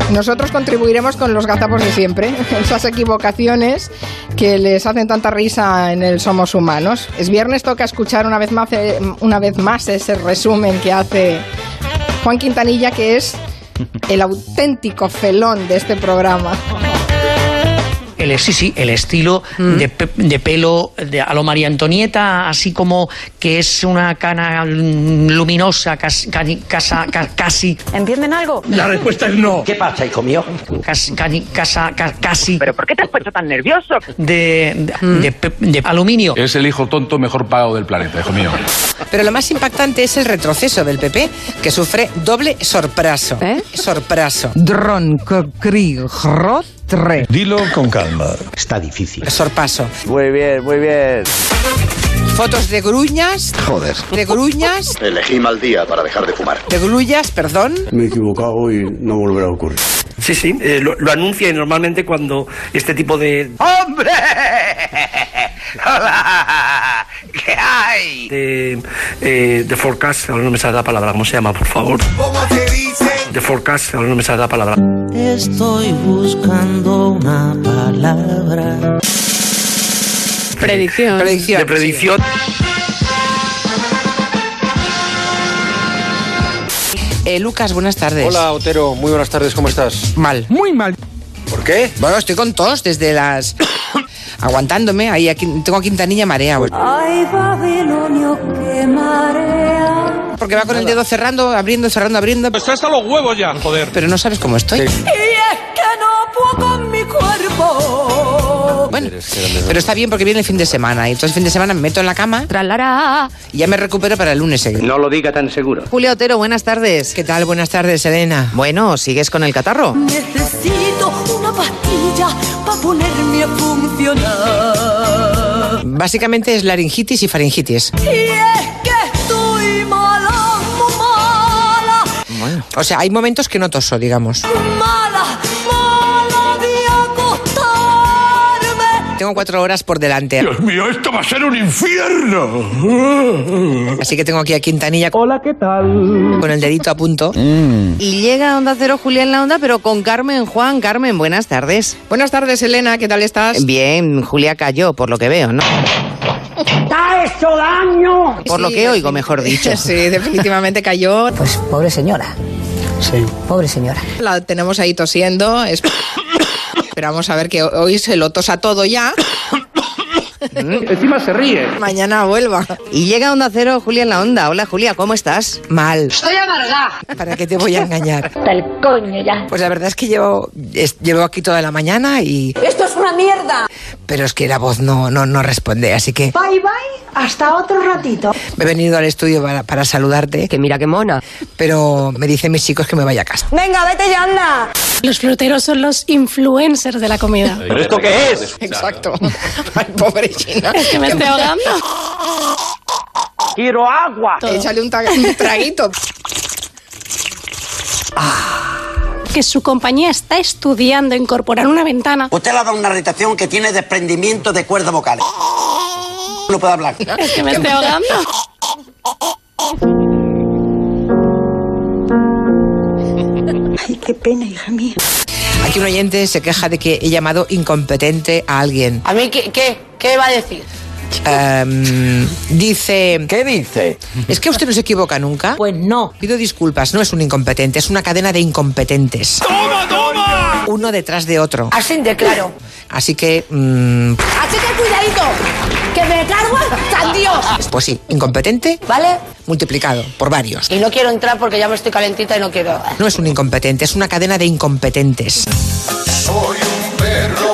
Nosotros contribuiremos con los gazapos de siempre, esas equivocaciones que les hacen tanta risa en el Somos Humanos. Es viernes, toca escuchar una vez más ese resumen que hace Juan Quintanilla, que es el auténtico felón de este programa. El estilo de pelo a lo María Antonieta, así como que es una cana luminosa, casi. ¿Entienden algo? La respuesta es no. ¿Qué pasa, hijo mío? Casi. ¿Pero por qué te has puesto tan nervioso? De aluminio. Es el hijo tonto mejor pagado del planeta, hijo mío. Pero lo más impactante es el retroceso del PP, que sufre doble sorpraso. Sorpraso. Dilo con calma. Está difícil. Sorpaso. Muy bien, muy bien. Fotos de gruñas. Joder. De gruñas. Elegí mal día para dejar de fumar. De grullas, perdón. Me he equivocado y no volverá a ocurrir. Sí, lo anuncia y normalmente cuando este tipo de... ¡Hombre! ¡Hola! ¿Qué hay? De forecast, ahora no me sale la palabra, ¿cómo se llama, por favor? ¿Cómo se dice? De forecast, ahora no me sale la palabra. Estoy buscando una palabra. Predicción. De predicción. Lucas, buenas tardes. Hola, Otero, muy buenas tardes, ¿cómo estás? Mal. Muy mal. ¿Por qué? Bueno, estoy con tos desde las... aguantándome, ahí aquí, tengo a Quintanilla marea. Ay, Babilonio, qué marea. Porque va con el dedo cerrando, abriendo. Está hasta los huevos ya, joder. Pero no sabes cómo estoy. Y es que no puedo con mi cuerpo. Bueno, pero está bien porque viene el fin de semana. Y entonces el fin de semana me meto en la cama. Tralará. Y ya me recupero para el lunes seguir. No lo diga tan seguro. Julia Otero, buenas tardes. ¿Qué tal? Buenas tardes, Elena. Bueno, ¿sigues con el catarro? Necesito una pastilla para ponerme a funcionar. Básicamente es laringitis y faringitis. Y es que estoy mala, muy mala. Bueno. O sea, hay momentos que no toso, digamos. Mala de acostarme. Tengo 4 horas por delante. Dios mío, esto va a ser un infierno. Así que tengo aquí a Quintanilla. Hola, ¿qué tal? Con el dedito a punto. Y llega Onda Cero Julia en la Onda, pero con Carmen Juan. Carmen, buenas tardes. Buenas tardes, Elena, ¿qué tal estás? Bien, Julia cayó, por lo que veo, ¿no? ¡Te ha hecho daño! Por lo que oigo, mejor dicho. Sí, definitivamente cayó. Pues pobre señora. Sí. Pobre señora. La tenemos ahí tosiendo. Esperamos a ver que hoy se lo tosa todo ya. Encima se ríe. Mañana vuelva. Y llega Onda Cero Julia en la Onda. Hola, Julia, ¿cómo estás? Mal. Estoy amargada. ¿Para qué te voy a engañar? Del coño ya. Pues la verdad es que llevo aquí toda la mañana y... Esto es una mierda. Pero es que la voz no responde, así que... Bye bye, hasta otro ratito. Me he venido al estudio para saludarte. Que mira qué mona. Pero me dicen mis chicos que me vaya a casa. Venga, vete ya, anda. Los fruteros son los influencers de la comida. ¿Pero esto qué es? Exacto. Ay, pobre China. Es que me estoy ahogando. ¡Quiero agua! Échale un traguito. Que su compañía está estudiando incorporar una ventana. Usted le ha dado una irritación que tiene desprendimiento de cuerdas vocales. No puede hablar. Es que me estoy ahogando. Ay, qué pena, hija mía. Aquí un oyente se queja de que he llamado incompetente a alguien. ¿A mí qué va a decir? Dice... ¿Qué dice? ¿Es que usted no se equivoca nunca? Pues no. Pido disculpas, no es un incompetente, es una cadena de incompetentes. ¡Toma! Uno detrás de otro. Así de claro. Así que... Así que cuidadito, que me cargo hasta Dios. pues sí, incompetente ¿Vale? multiplicado por varios. Y no quiero entrar porque ya me estoy calentita y no quiero. No es un incompetente, es una cadena de incompetentes. Soy un perro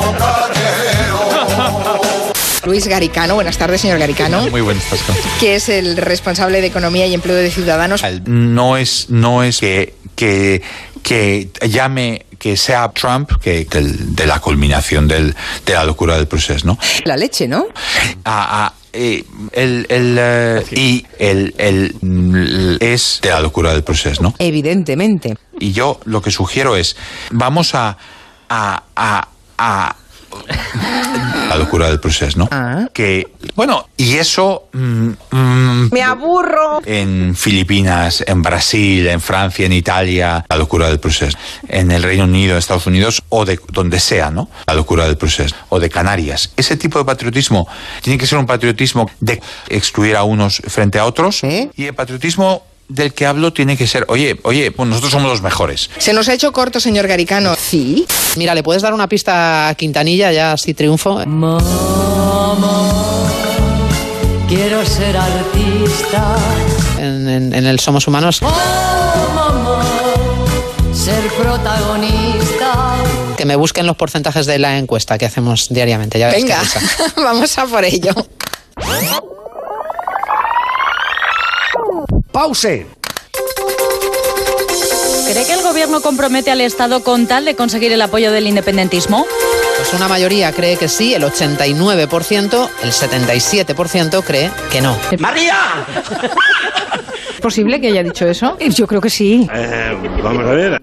Luis Garicano, buenas tardes, señor Garicano. Muy buenas tardes. Que es el responsable de Economía y Empleo de Ciudadanos. No es que llame que sea Trump de la culminación de la locura del proceso, ¿no? La leche, ¿no? Él es de la locura del proceso, ¿no? Evidentemente. Y yo lo que sugiero es, vamos a la locura del proceso, ¿no? Que, bueno, y eso... Me aburro. En Filipinas, en Brasil, en Francia, en Italia, la locura del proceso. En el Reino Unido, en Estados Unidos, o de donde sea, ¿no? La locura del proceso. O de Canarias. Ese tipo de patriotismo tiene que ser un patriotismo de excluir a unos frente a otros. Y el patriotismo del que hablo tiene que ser, oye, pues nosotros somos los mejores. Se nos ha hecho corto, señor Garicano. Sí. Mira, ¿le puedes dar una pista a Quintanilla? Ya así triunfo. Mamá, quiero ser artista. En el Somos Humanos. Oh, mamá, ser protagonista. Que me busquen los porcentajes de la encuesta que hacemos diariamente. Ya ves. Venga, vamos a por ello. ¡Pause! ¿Cree que el gobierno compromete al Estado con tal de conseguir el apoyo del independentismo? Pues una mayoría cree que sí, el 89%, el 77% cree que no. ¡María! ¿Es posible que haya dicho eso? Yo creo que sí. Vamos a ver.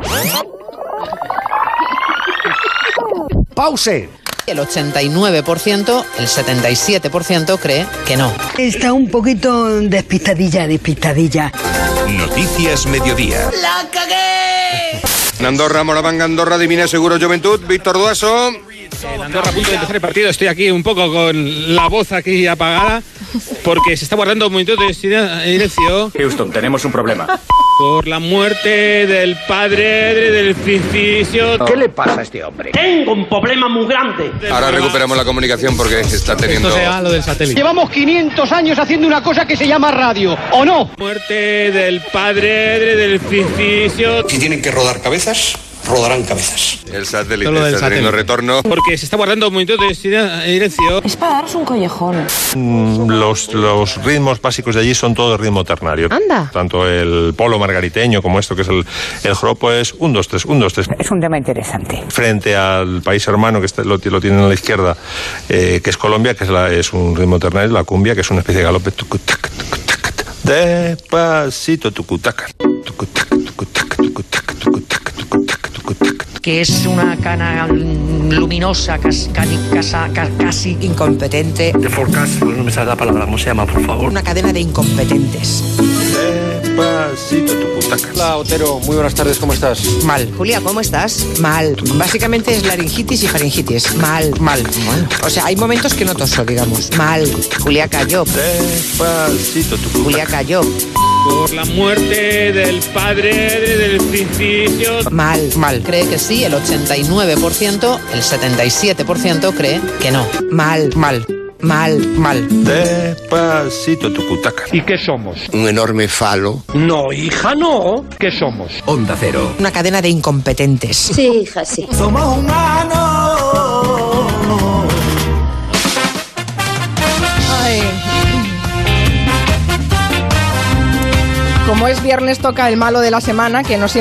¡Pause! El 89%, el 77% cree que no. Está un poquito despistadilla. Noticias Mediodía. ¡La cagué! En Andorra, Moravanga, Andorra, Divina Seguro Juventud, Víctor Duaso. En Andorra, a punto de empezar el partido, estoy aquí un poco con la voz aquí apagada porque se está guardando un momento de silencio. Houston, tenemos un problema. Por la muerte del padre del ficticio. ¿Qué le pasa a este hombre? Tengo un problema muy grande. Ahora recuperamos la comunicación porque está teniendo... Esto sea lo del satélite. Llevamos 500 años haciendo una cosa que se llama radio, ¿o no? Muerte del padre del ficticio. Si tienen que rodar cabezas, rodarán cabezas. El satélite está teniendo retorno. Porque se está guardando un momento de silencio. Es para daros un collejón. Los ritmos básicos de allí son todo ritmo ternario. Anda. Tanto el polo margariteño como esto que es el joropo es 1, 2, 3, 1, 2, 3. Es un tema interesante. Frente al país hermano que lo tienen a la izquierda, que es Colombia, que es un ritmo ternario, la cumbia, que es una especie de galope. Tucutac, tucutac, despacito, tucutac, tucutac, tucutac, tucutac, tucutac, tucutac, tucutac. Que es una cana luminosa, casi Incompetente. The Forecast, no me sale la palabra, ¿cómo se llama, por favor? Una cadena de incompetentes. Despacito, tucutacas. Hola, Otero, muy buenas tardes, ¿cómo estás? Mal. Julia, ¿cómo estás? Mal. Básicamente es laringitis y faringitis. Mal. Bueno. O sea, hay momentos que no toso, digamos. Mal. Julia cayó. Despacito, tucutacas. Julia cayó. Por la muerte del padre del ficticio. Mal. Cree que sí, el 89%, el 77% cree que no. Mal. Despacito, tucutacas. ¿Y qué somos? Un enorme falo. No, hija, no. ¿Qué somos? Onda Cero. Una cadena de incompetentes. Sí, hija, sí. Somos humanos. Ay. Como es viernes, toca el malo de la semana, que no siempre